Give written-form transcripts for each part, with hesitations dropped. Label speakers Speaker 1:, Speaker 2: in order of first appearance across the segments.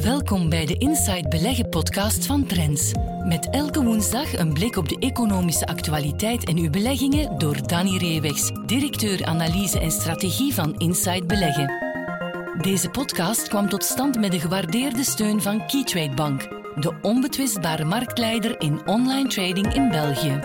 Speaker 1: Welkom bij de Inside Beleggen podcast van Trends. Met elke woensdag een blik op de economische actualiteit en uw beleggingen door Danny Reewegs, directeur analyse en strategie van Inside Beleggen. Deze podcast kwam tot stand met de gewaardeerde steun van Keytrade Bank, de onbetwistbare marktleider in online trading in België.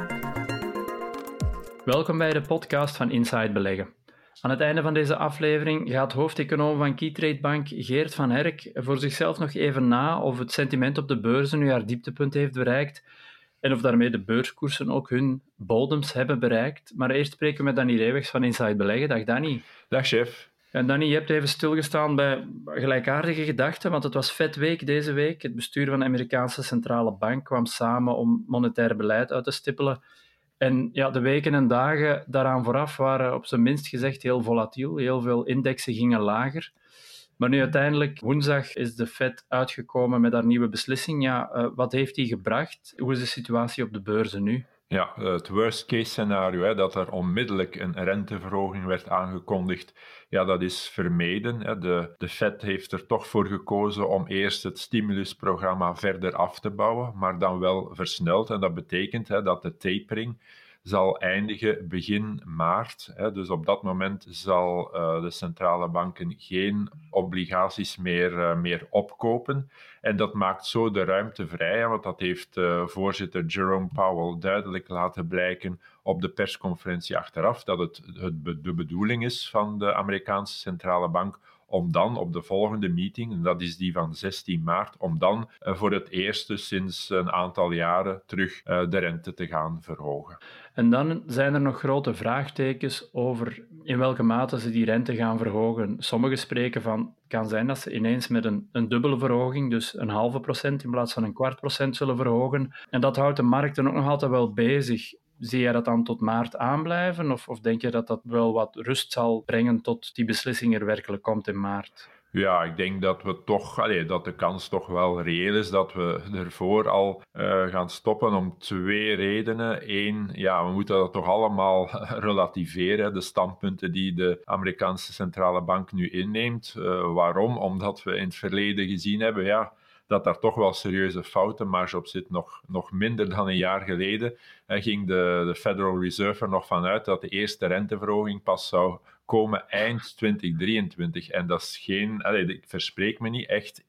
Speaker 2: Welkom bij de podcast van Inside Beleggen. Aan het einde van deze aflevering gaat hoofdeconoom van Keytrade Bank, Geert van Herk, voor zichzelf nog even na of het sentiment op de beurzen nu haar dieptepunt heeft bereikt en of daarmee de beurskoersen ook hun bodems hebben bereikt. Maar eerst spreken we met Danny Reewegs van Inside Beleggen. Dag Danny.
Speaker 3: Dag chef.
Speaker 2: En Danny, je hebt even stilgestaan bij gelijkaardige gedachten, want het was Fed-week deze week. Het bestuur van de Amerikaanse Centrale Bank kwam samen om monetair beleid uit te stippelen. En ja, de weken en dagen daaraan vooraf waren op zijn minst gezegd heel volatiel. Heel veel indexen gingen lager. Maar nu uiteindelijk, woensdag, is de Fed uitgekomen met haar nieuwe beslissing. Ja, wat heeft die gebracht? Hoe is de situatie op de beurzen nu?
Speaker 3: Ja, het worst case scenario, dat er onmiddellijk een renteverhoging werd aangekondigd, ja, dat is vermeden. De Fed heeft er toch voor gekozen om eerst het stimulusprogramma verder af te bouwen, maar dan wel versneld. En dat betekent dat de tapering zal eindigen begin maart. Dus op dat moment zal de centrale banken geen obligaties meer opkopen. En dat maakt zo de ruimte vrij, want dat heeft voorzitter Jerome Powell duidelijk laten blijken op de persconferentie achteraf, dat het de bedoeling is van de Amerikaanse centrale bank om dan op de volgende meeting, en dat is die van 16 maart, om dan voor het eerst sinds een aantal jaren terug de rente te gaan verhogen.
Speaker 2: En dan zijn er nog grote vraagtekens over in welke mate ze die rente gaan verhogen. Sommigen spreken van, het kan zijn dat ze ineens met een dubbele verhoging, dus 0,5% in plaats van 0,25% zullen verhogen. En dat houdt de markten ook nog altijd wel bezig. Zie jij dat dan tot maart aanblijven? Of denk je dat dat wel wat rust zal brengen tot die beslissing er werkelijk komt in maart?
Speaker 3: Ja, ik denk dat we toch, dat de kans toch wel reëel is dat we ervoor al gaan stoppen om twee redenen. Eén, ja, we moeten dat toch allemaal relativeren, de standpunten die de Amerikaanse centrale bank nu inneemt. Waarom? Omdat we in het verleden gezien hebben, dat daar toch wel serieuze foutenmarge op zit. Nog minder dan een jaar geleden ging de Federal Reserve er nog vanuit dat de eerste renteverhoging pas zou komen eind 2023. En dat is geen, ik verspreek me niet, echt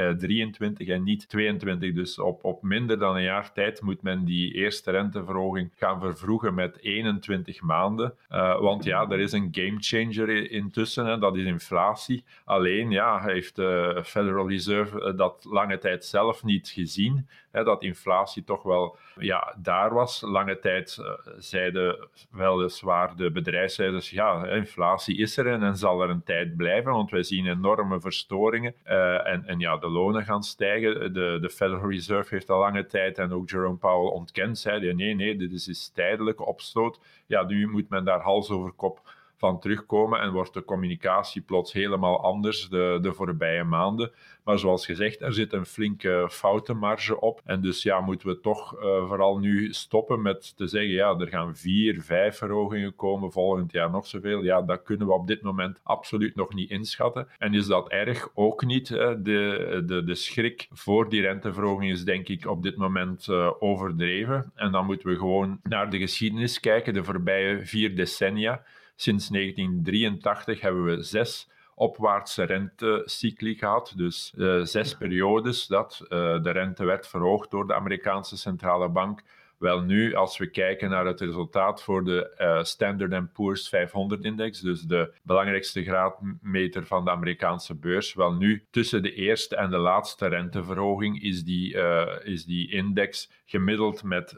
Speaker 3: 23 en niet 22. Dus op minder dan een jaar tijd moet men die eerste renteverhoging gaan vervroegen met 21 maanden. Want ja, er is een gamechanger intussen, dat is inflatie. Alleen heeft de Federal Reserve dat lange tijd zelf niet gezien, dat inflatie toch wel daar was. Lange tijd zeiden weliswaar de bedrijfsleiders, inflatie is er en zal er een tijd blijven, want wij zien enorme verstoringen en de lonen gaan stijgen. De Federal Reserve heeft al lange tijd, en ook Jerome Powell ontkend, zei nee, dit is tijdelijke opstoot. Ja, nu moet men daar hals over kop van terugkomen en wordt de communicatie plots helemaal anders de voorbije maanden. Maar zoals gezegd, er zit een flinke foutenmarge op. En dus moeten we toch vooral nu stoppen met te zeggen, er gaan 4, 5 verhogingen komen, volgend jaar nog zoveel. Ja, dat kunnen we op dit moment absoluut nog niet inschatten. En is dat erg? Ook niet. De schrik voor die renteverhoging is denk ik op dit moment overdreven. En dan moeten we gewoon naar de geschiedenis kijken, de voorbije 4 decennia. Sinds 1983 hebben we 6 opwaartse rentecycli gehad, dus 6 periodes dat de rente werd verhoogd door de Amerikaanse centrale bank. Wel nu, als we kijken naar het resultaat voor de Standard & Poor's 500-index, dus de belangrijkste graadmeter van de Amerikaanse beurs, wel nu, tussen de eerste en de laatste renteverhoging is die index gemiddeld met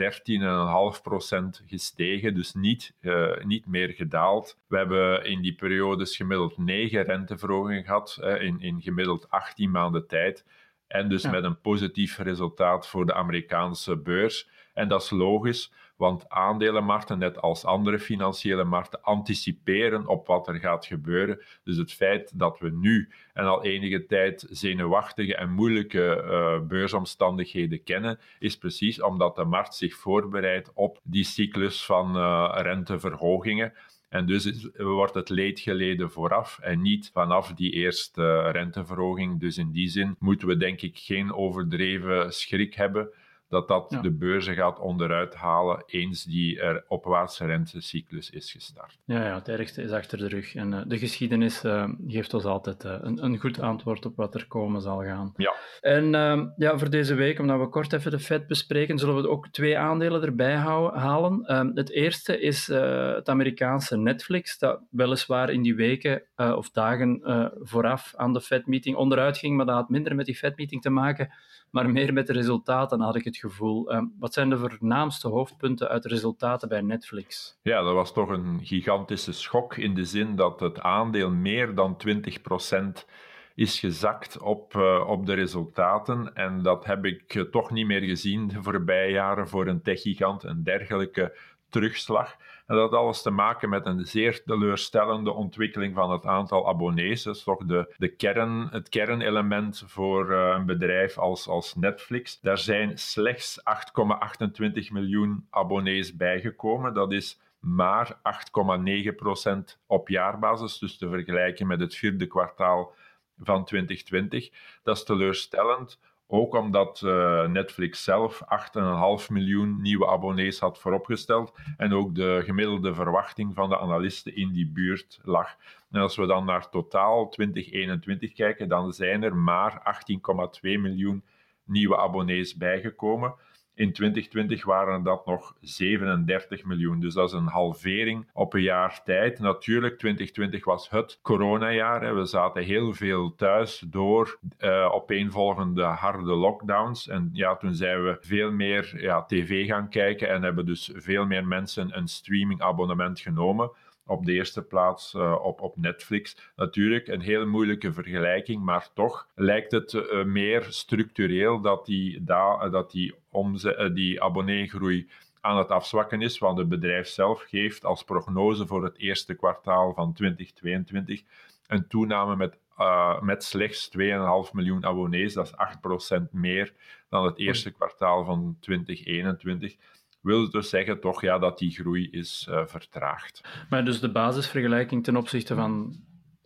Speaker 3: 13,5% gestegen, dus niet meer gedaald. We hebben in die periodes gemiddeld 9 renteverhogingen gehad, in gemiddeld 18 maanden tijd. En dus met een positief resultaat voor de Amerikaanse beurs. En dat is logisch, want aandelenmarkten, net als andere financiële markten, anticiperen op wat er gaat gebeuren. Dus het feit dat we nu en al enige tijd zenuwachtige en moeilijke beursomstandigheden kennen, is precies omdat de markt zich voorbereidt op die cyclus van renteverhogingen. En dus wordt het leed geleden vooraf en niet vanaf die eerste renteverhoging. Dus in die zin moeten we denk ik geen overdreven schrik hebben dat de beurzen gaat onderuit halen eens die opwaartse rentecyclus is gestart.
Speaker 2: Ja, het ergste is achter de rug. En de geschiedenis geeft ons altijd een goed antwoord op wat er komen zal gaan.
Speaker 3: Ja.
Speaker 2: En voor deze week, omdat we kort even de Fed bespreken, zullen we ook 2 aandelen erbij halen. Het eerste is het Amerikaanse Netflix, dat weliswaar in die weken of dagen vooraf aan de Fed-meeting onderuit ging, maar dat had minder met die Fed-meeting te maken, maar meer met de resultaten, had ik het gevoel. Wat zijn de voornaamste hoofdpunten uit de resultaten bij Netflix?
Speaker 3: Ja, dat was toch een gigantische schok in de zin dat het aandeel meer dan 20% is gezakt op de resultaten. En dat heb ik toch niet meer gezien de voorbije jaren voor een techgigant, een dergelijke terugslag. En dat had alles te maken met een zeer teleurstellende ontwikkeling van het aantal abonnees. Dat is toch het kernelement voor een bedrijf als Netflix. Daar zijn slechts 8,28 miljoen abonnees bijgekomen. Dat is maar 8,9% op jaarbasis, dus te vergelijken met het 4e kwartaal van 2020. Dat is teleurstellend. Ook omdat Netflix zelf 8,5 miljoen nieuwe abonnees had vooropgesteld en ook de gemiddelde verwachting van de analisten in die buurt lag. En als we dan naar totaal 2021 kijken, dan zijn er maar 18,2 miljoen nieuwe abonnees bijgekomen. In 2020 waren dat nog 37 miljoen, dus dat is een halvering op een jaar tijd. Natuurlijk, 2020 was het coronajaar. We zaten heel veel thuis door opeenvolgende harde lockdowns. En toen zijn we veel meer tv gaan kijken en hebben dus veel meer mensen een streamingabonnement genomen. Op de eerste plaats op Netflix. Natuurlijk een hele moeilijke vergelijking, maar toch lijkt het meer structureel dat die abonneegroei aan het afzwakken is, want het bedrijf zelf geeft als prognose voor het eerste kwartaal van 2022 een toename met slechts 2,5 miljoen abonnees. Dat is 8% meer dan het eerste kwartaal van 2021. Wil dus zeggen toch dat die groei is vertraagd.
Speaker 2: Maar dus de basisvergelijking ten opzichte van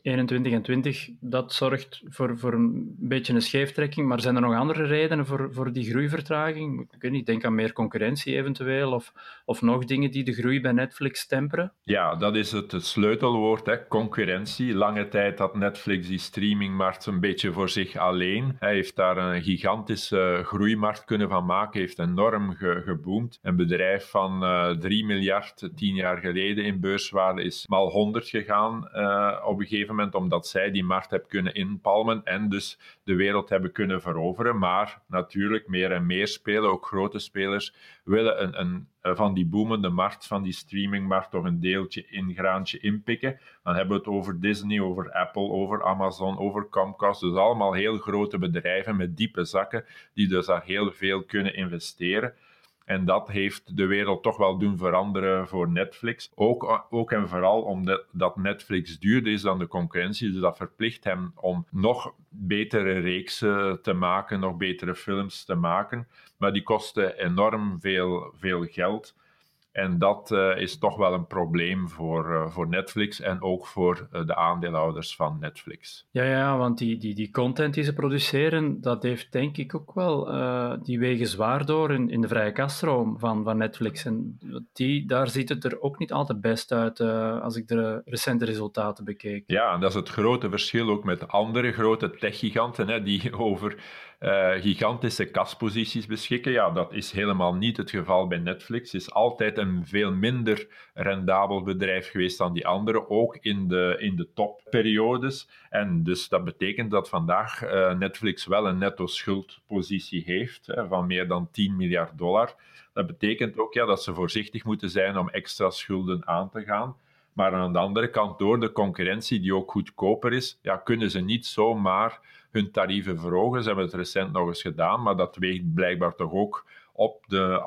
Speaker 2: 21 en 20, dat zorgt voor een beetje een scheeftrekking, maar zijn er nog andere redenen voor die groeivertraging? Ik weet niet, denk aan meer concurrentie eventueel, of nog dingen die de groei bij Netflix temperen?
Speaker 3: Ja, dat is het sleutelwoord, concurrentie. Lange tijd had Netflix die streamingmarkt een beetje voor zich alleen. Hij heeft daar een gigantische groeimarkt kunnen van maken, heeft enorm geboomd. Een bedrijf van 3 miljard 10 jaar geleden in beurswaarde is maal 100 gegaan op een gegeven moment, omdat zij die markt hebben kunnen inpalmen en dus de wereld hebben kunnen veroveren. Maar natuurlijk, meer en meer spelen, ook grote spelers, willen van die boomende markt, van die streamingmarkt, toch een graantje inpikken. Dan hebben we het over Disney, over Apple, over Amazon, over Comcast. Dus allemaal heel grote bedrijven met diepe zakken, die dus daar heel veel kunnen investeren. En dat heeft de wereld toch wel doen veranderen voor Netflix. Ook en vooral omdat Netflix duurder is dan de concurrentie. Dus dat verplicht hem om nog betere reeksen te maken, nog betere films te maken. Maar die kosten enorm veel geld. En dat is toch wel een probleem voor Netflix en ook voor de aandeelhouders van Netflix.
Speaker 2: Ja, want die content die ze produceren, dat heeft denk ik ook wel, die wegen zwaar door in de vrije kasstroom van Netflix. En daar ziet het er ook niet altijd best uit als ik de recente resultaten bekeek.
Speaker 3: Ja, en dat is het grote verschil ook met andere grote techgiganten die over gigantische kasposities beschikken. Ja, dat is helemaal niet het geval bij Netflix. Het is altijd een veel minder rendabel bedrijf geweest dan die andere, ook in de topperiodes. En dus dat betekent dat vandaag Netflix wel een netto schuldpositie heeft van meer dan $10 miljard. Dat betekent ook dat ze voorzichtig moeten zijn om extra schulden aan te gaan. Maar aan de andere kant, door de concurrentie die ook goedkoper is, kunnen ze niet zomaar hun tarieven verhogen. Ze hebben het recent nog eens gedaan, maar dat weegt blijkbaar toch ook op de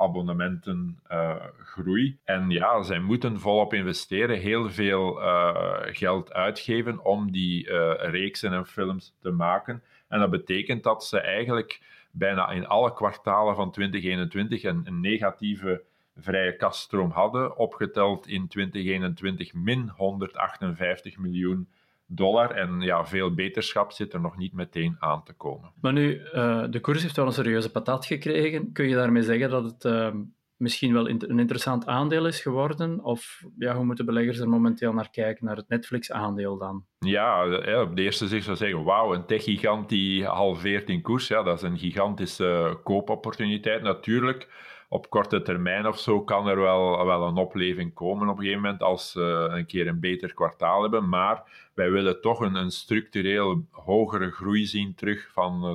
Speaker 3: abonnementengroei. En zij moeten volop investeren, heel veel geld uitgeven om die reeksen en films te maken. En dat betekent dat ze eigenlijk bijna in alle kwartalen van 2021 een negatieve vrije kasstroom hadden, opgeteld in 2021 min $158 miljoen. En ja, veel beterschap zit er nog niet meteen aan te komen.
Speaker 2: Maar nu, de koers heeft wel een serieuze patat gekregen. Kun je daarmee zeggen dat het misschien wel een interessant aandeel is geworden? Of ja, hoe moeten beleggers er momenteel naar kijken, naar het Netflix-aandeel dan?
Speaker 3: Ja, op de eerste zicht zou zeggen, wauw, een techgigant die halveert in koers. Ja, dat is een gigantische koopopportuniteit. Natuurlijk, op korte termijn of zo kan er wel een opleving komen op een gegeven moment als ze een keer een beter kwartaal hebben. Maar wij willen toch een structureel hogere groei zien terug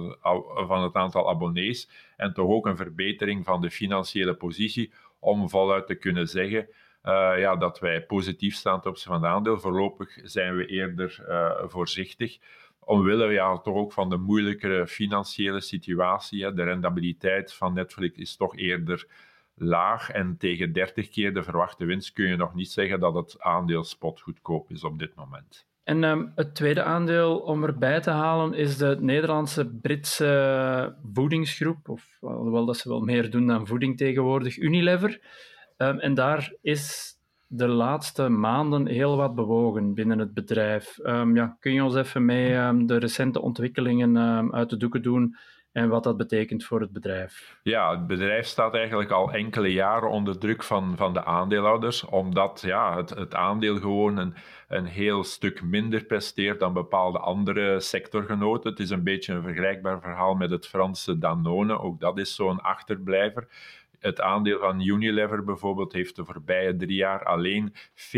Speaker 3: van het aantal abonnees. En toch ook een verbetering van de financiële positie om voluit te kunnen zeggen dat wij positief staan ten opzichte van het aandeel. Voorlopig zijn we eerder voorzichtig. Omwille toch ook van de moeilijkere financiële situatie. De rendabiliteit van Netflix is toch eerder laag. En tegen 30 keer de verwachte winst kun je nog niet zeggen dat het aandeel spotgoedkoop is op dit moment.
Speaker 2: En het tweede aandeel om erbij te halen is de Nederlandse-Britse voedingsgroep. Alhoewel dat ze wel meer doen dan voeding tegenwoordig, Unilever. En daar is de laatste maanden heel wat bewogen binnen het bedrijf. Kun je ons even mee de recente ontwikkelingen uit de doeken doen en wat dat betekent voor het bedrijf?
Speaker 3: Ja, het bedrijf staat eigenlijk al enkele jaren onder druk van de aandeelhouders, omdat het aandeel gewoon een heel stuk minder presteert dan bepaalde andere sectorgenoten. Het is een beetje een vergelijkbaar verhaal met het Franse Danone, ook dat is zo'n achterblijver. Het aandeel van Unilever bijvoorbeeld heeft de voorbije 3 jaar alleen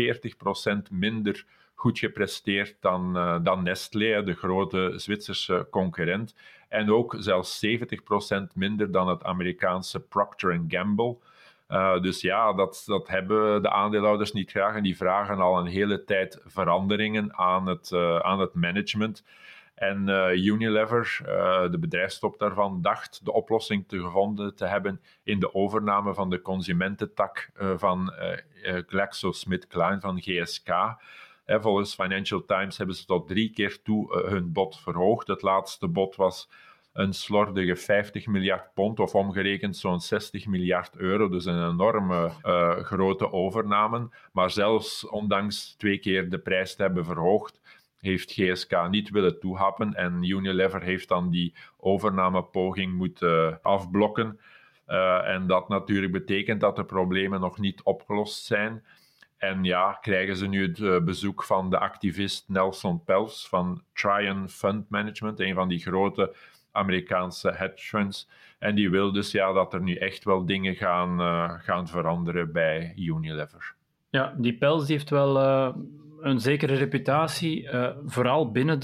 Speaker 3: 40% minder goed gepresteerd dan Nestlé, de grote Zwitserse concurrent. En ook zelfs 70% minder dan het Amerikaanse Procter & Gamble. Dus ja, dat hebben de aandeelhouders niet graag. En die vragen al een hele tijd veranderingen aan het management. En Unilever, de bedrijfstop daarvan, dacht de oplossing te gevonden te hebben in de overname van de consumententak van GlaxoSmithKline, van GSK. Volgens Financial Times hebben ze tot 3 keer toe hun bod verhoogd. Het laatste bod was een slordige 50 miljard pond, of omgerekend zo'n 60 miljard euro. Dus een enorme grote overname. Maar zelfs ondanks 2 keer de prijs te hebben verhoogd, heeft GSK niet willen toehappen en Unilever heeft dan die overnamepoging moeten afblokken. En dat natuurlijk betekent dat de problemen nog niet opgelost zijn. En ja, krijgen ze nu het bezoek van de activist Nelson Peltz van Trian Fund Management, een van die grote Amerikaanse hedge funds. En die wil dus dat er nu echt wel dingen gaan veranderen bij Unilever.
Speaker 2: Ja, die Peltz die heeft wel een zekere reputatie, vooral binnen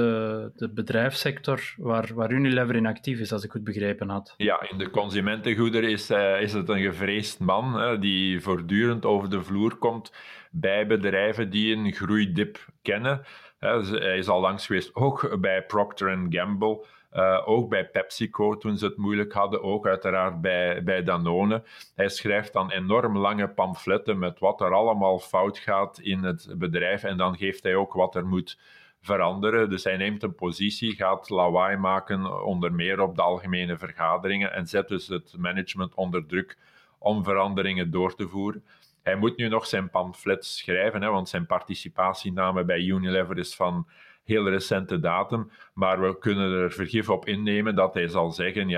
Speaker 2: de bedrijfssector waar Unilever in actief is, als ik goed begrepen had.
Speaker 3: Ja, in de consumentengoederen is het een gevreesd man die voortdurend over de vloer komt bij bedrijven die een groeidip kennen. Hij is al langs geweest, ook bij Procter & Gamble, ook bij PepsiCo toen ze het moeilijk hadden, ook uiteraard bij Danone. Hij schrijft dan enorm lange pamfletten met wat er allemaal fout gaat in het bedrijf en dan geeft hij ook wat er moet veranderen. Dus hij neemt een positie, gaat lawaai maken, onder meer op de algemene vergaderingen en zet dus het management onder druk om veranderingen door te voeren. Hij moet nu nog zijn pamflet schrijven, want zijn participatiename bij Unilever is van heel recente datum, maar we kunnen er vergif op innemen dat hij zal zeggen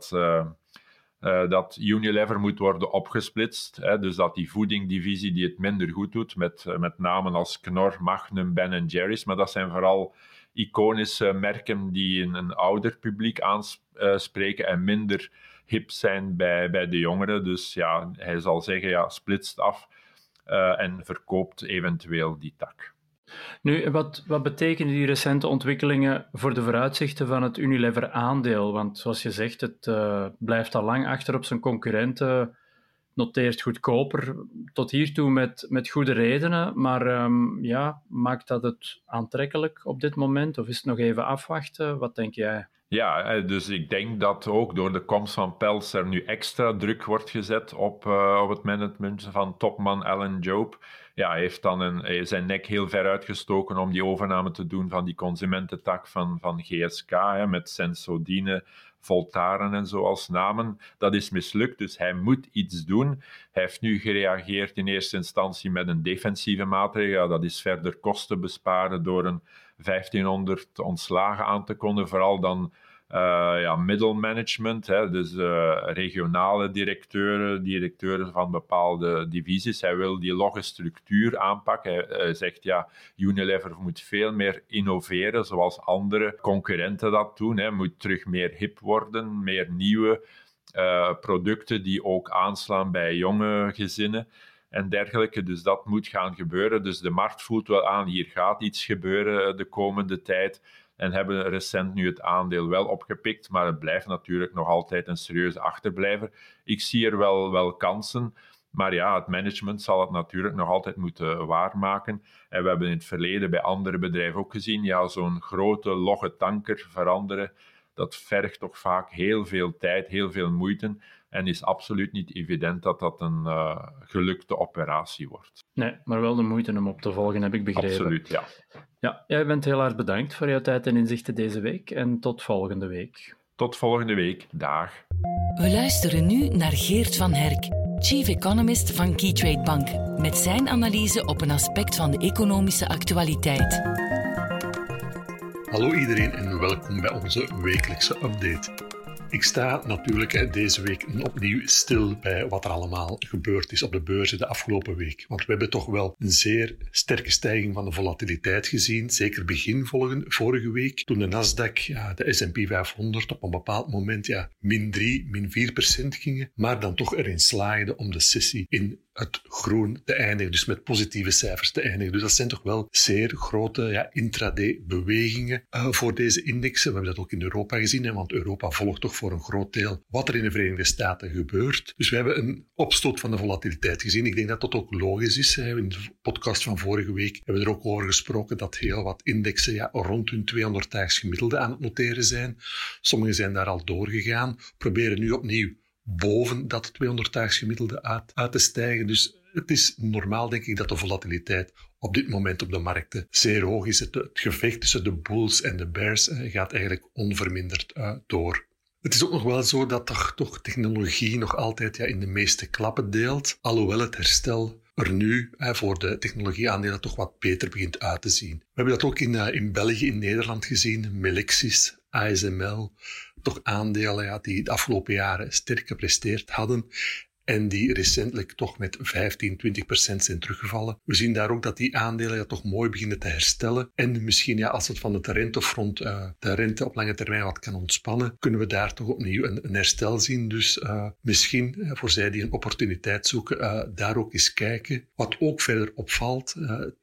Speaker 3: dat Unilever moet worden opgesplitst. Dus dat die voedingdivisie die het minder goed doet, met namen als Knorr, Magnum, Ben & Jerry's, maar dat zijn vooral iconische merken die een ouder publiek aanspreken en minder hip zijn bij de jongeren. Dus ja, hij zal zeggen, splitst af en verkoopt eventueel die tak.
Speaker 2: Nu, wat betekenen die recente ontwikkelingen voor de vooruitzichten van het Unilever-aandeel? Want zoals je zegt, het blijft al lang achter op zijn concurrenten, noteert goedkoper, tot hiertoe met goede redenen. Maar maakt dat het aantrekkelijk op dit moment? Of is het nog even afwachten? Wat denk jij?
Speaker 3: Ja, dus ik denk dat ook door de komst van Peltz er nu extra druk wordt gezet op het management van topman Alan Jope. hij heeft dan zijn nek heel ver uitgestoken om die overname te doen van die consumententak van GSK, met Sensodine, Voltaren en zo als namen. Dat is mislukt, dus hij moet iets doen. Hij heeft nu gereageerd in eerste instantie met een defensieve maatregel. Dat is verder kosten besparen door een 1500 ontslagen aan te kondigen, vooral dan middelmanagement, dus regionale directeuren van bepaalde divisies. Hij wil die logge structuur aanpakken. Hij zegt, Unilever moet veel meer innoveren, zoals andere concurrenten dat doen. Moet terug meer hip worden, meer nieuwe producten die ook aanslaan bij jonge gezinnen en dergelijke. Dus dat moet gaan gebeuren. Dus de markt voelt wel aan, hier gaat iets gebeuren de komende tijd. En hebben recent nu het aandeel wel opgepikt, maar het blijft natuurlijk nog altijd een serieuze achterblijver. Ik zie er wel kansen, maar het management zal het natuurlijk nog altijd moeten waarmaken. En we hebben in het verleden bij andere bedrijven ook gezien, zo'n grote logge tanker veranderen, dat vergt toch vaak heel veel tijd, heel veel moeite. En is absoluut niet evident dat dat een gelukte operatie wordt.
Speaker 2: Nee, maar wel de moeite om op te volgen, heb ik begrepen.
Speaker 3: Absoluut, ja.
Speaker 2: Ja, jij bent heel erg bedankt voor jouw tijd en inzichten deze week. En tot volgende week.
Speaker 3: Tot volgende week. Dag.
Speaker 1: We luisteren nu naar Geert van Herk, Chief Economist van Keytrade Bank, met zijn analyse op een aspect van de economische actualiteit.
Speaker 4: Hallo iedereen en welkom bij onze wekelijkse update. Ik sta natuurlijk deze week opnieuw stil bij wat er allemaal gebeurd is op de beurzen de afgelopen week. Want we hebben toch wel een zeer sterke stijging van de volatiliteit gezien. Zeker begin vorige week, toen de Nasdaq, de S&P 500 op een bepaald moment -3, -4% gingen. Maar dan toch erin slaagden om de sessie in het groen te eindigen, dus met positieve cijfers te eindigen. Dus dat zijn toch wel zeer grote intraday bewegingen voor deze indexen. We hebben dat ook in Europa gezien, want Europa volgt toch voor een groot deel wat er in de Verenigde Staten gebeurt. Dus we hebben een opstoot van de volatiliteit gezien. Ik denk dat dat ook logisch is. In de podcast van vorige week hebben we er ook over gesproken dat heel wat indexen rond hun 200-daags gemiddelde aan het noteren zijn. Sommige zijn daar al doorgegaan, proberen nu opnieuw boven dat 200-daags gemiddelde uit te stijgen. Dus het is normaal, denk ik, dat de volatiliteit op dit moment op de markten zeer hoog is. Het gevecht tussen de bulls en de bears gaat eigenlijk onverminderd door. Het is ook nog wel zo dat toch technologie nog altijd in de meeste klappen deelt, alhoewel het herstel er nu voor de technologieaandelen toch wat beter begint uit te zien. We hebben dat ook in België, in Nederland gezien. Melexis, ASML, toch aandelen die de afgelopen jaren sterk gepresteerd hadden en die recentelijk toch met 15-20% zijn teruggevallen. We zien daar ook dat die aandelen toch mooi beginnen te herstellen. En misschien als het van het rentefront, de rente op lange termijn wat kan ontspannen, kunnen we daar toch opnieuw een herstel zien. Dus misschien voor zij die een opportuniteit zoeken, daar ook eens kijken. Wat ook verder opvalt,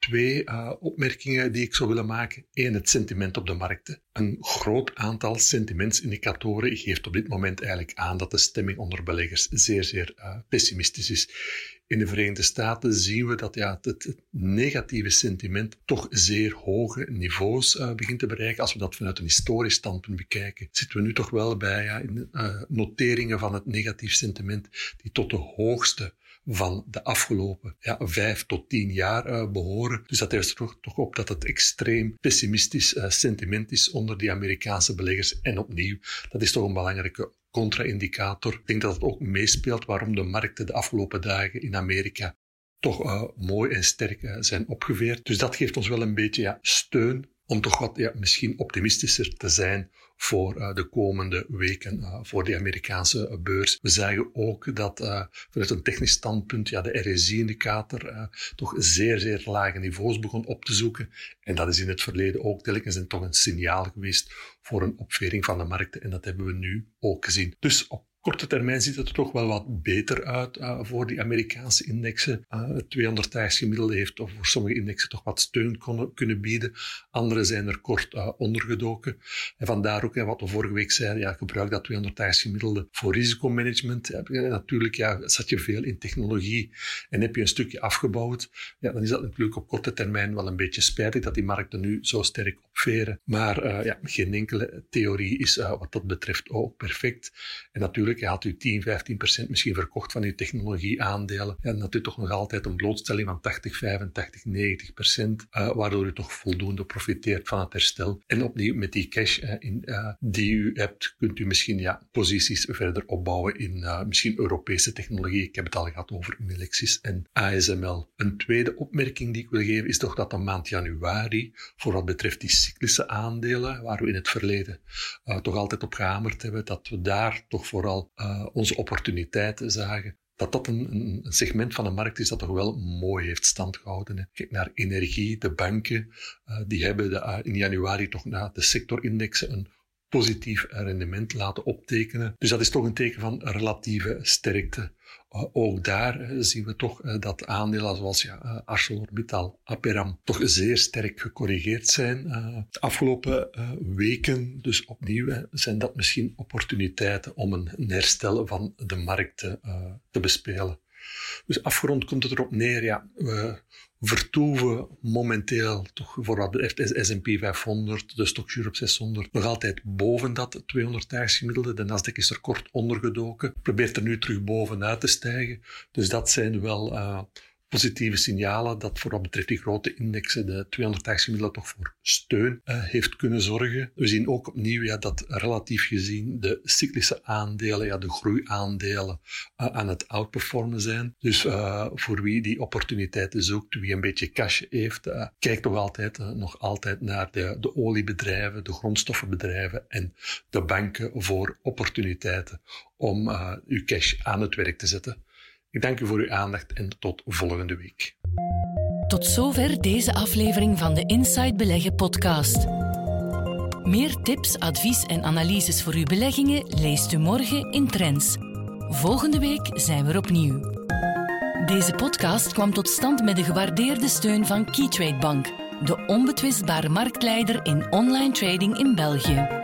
Speaker 4: 2 opmerkingen die ik zou willen maken. 1, het sentiment op de markten. Een groot aantal sentimentsindicatoren geeft op dit moment eigenlijk aan dat de stemming onder beleggers zeer pessimistisch is. In de Verenigde Staten zien we dat het negatieve sentiment toch zeer hoge niveaus begint te bereiken. Als we dat vanuit een historisch standpunt bekijken, zitten we nu toch wel bij noteringen van het negatief sentiment die tot de hoogste van de afgelopen 5 tot 10 jaar behoren. Dus dat wijst er toch op dat het extreem pessimistisch sentiment is onder die Amerikaanse beleggers. En opnieuw, dat is toch een belangrijke contra-indicator. Ik denk dat het ook meespeelt waarom de markten de afgelopen dagen in Amerika toch mooi en sterk zijn opgeveerd. Dus dat geeft ons wel een beetje steun om toch wat misschien optimistischer te zijn voor de komende weken voor de Amerikaanse beurs. We zagen ook dat vanuit een technisch standpunt de RSI-indicator toch zeer lage niveaus begon op te zoeken. En dat is in het verleden ook telkens toch een signaal geweest voor een opvering van de markten. En dat hebben we nu ook gezien. Dus op korte termijn ziet het er toch wel wat beter uit voor die Amerikaanse indexen. Het 200-daags gemiddelde heeft voor sommige indexen toch wat steun kunnen bieden. Andere zijn er kort ondergedoken. En vandaar ook wat we vorige week zeiden, gebruik dat 200-daags gemiddelde voor risicomanagement. Natuurlijk zat je veel in technologie en heb je een stukje afgebouwd. Dan is dat natuurlijk op korte termijn wel een beetje spijtig dat die markten nu zo sterk opveren. Maar geen enkele theorie is wat dat betreft ook perfect. En natuurlijk natuurlijk, je had u 10-15% misschien verkocht van uw technologieaandelen. En dat u toch nog altijd een blootstelling van 80-85-90%, waardoor u toch voldoende profiteert van het herstel. En opnieuw met die cash die u hebt, kunt u misschien posities verder opbouwen in misschien Europese technologie. Ik heb het al gehad over Melexis en ASML. Een tweede opmerking die ik wil geven is toch dat de maand januari, voor wat betreft die cyclische aandelen, waar we in het verleden toch altijd op gehamerd hebben, dat we daar toch vooral onze opportuniteiten zagen. Dat een segment van de markt is dat toch wel mooi heeft stand gehouden. Hè. Kijk naar energie, de banken, die hebben in januari toch na de sectorindexen een positief rendement laten optekenen. Dus dat is toch een teken van relatieve sterkte. Ook daar zien we toch dat aandelen zoals ArcelorMittal, Aperam toch zeer sterk gecorrigeerd zijn. De afgelopen weken, dus opnieuw, zijn dat misschien opportuniteiten om een herstel van de markt te bespelen. Dus afgerond komt het erop neer, we vertoeven momenteel toch voor wat betreft S&P 500, de Stoxx Europe 600, nog altijd boven dat 200-daags gemiddelde. De Nasdaq is er kort ondergedoken, probeert er nu terug bovenuit te stijgen. Dus dat zijn wel positieve signalen dat voor wat betreft die grote indexen de 200-daags gemiddelde toch voor steun heeft kunnen zorgen. We zien ook opnieuw dat relatief gezien de cyclische aandelen, de groeiaandelen aan het outperformen zijn. Dus voor wie die opportuniteiten zoekt, wie een beetje cash heeft, kijkt nog altijd naar de oliebedrijven, de grondstoffenbedrijven en de banken voor opportuniteiten om uw cash aan het werk te zetten. Ik dank u voor uw aandacht en tot volgende week.
Speaker 1: Tot zover deze aflevering van de Inside Beleggen podcast. Meer tips, advies en analyses voor uw beleggingen leest u morgen in Trends. Volgende week zijn we er opnieuw. Deze podcast kwam tot stand met de gewaardeerde steun van Keytrade Bank, de onbetwistbare marktleider in online trading in België.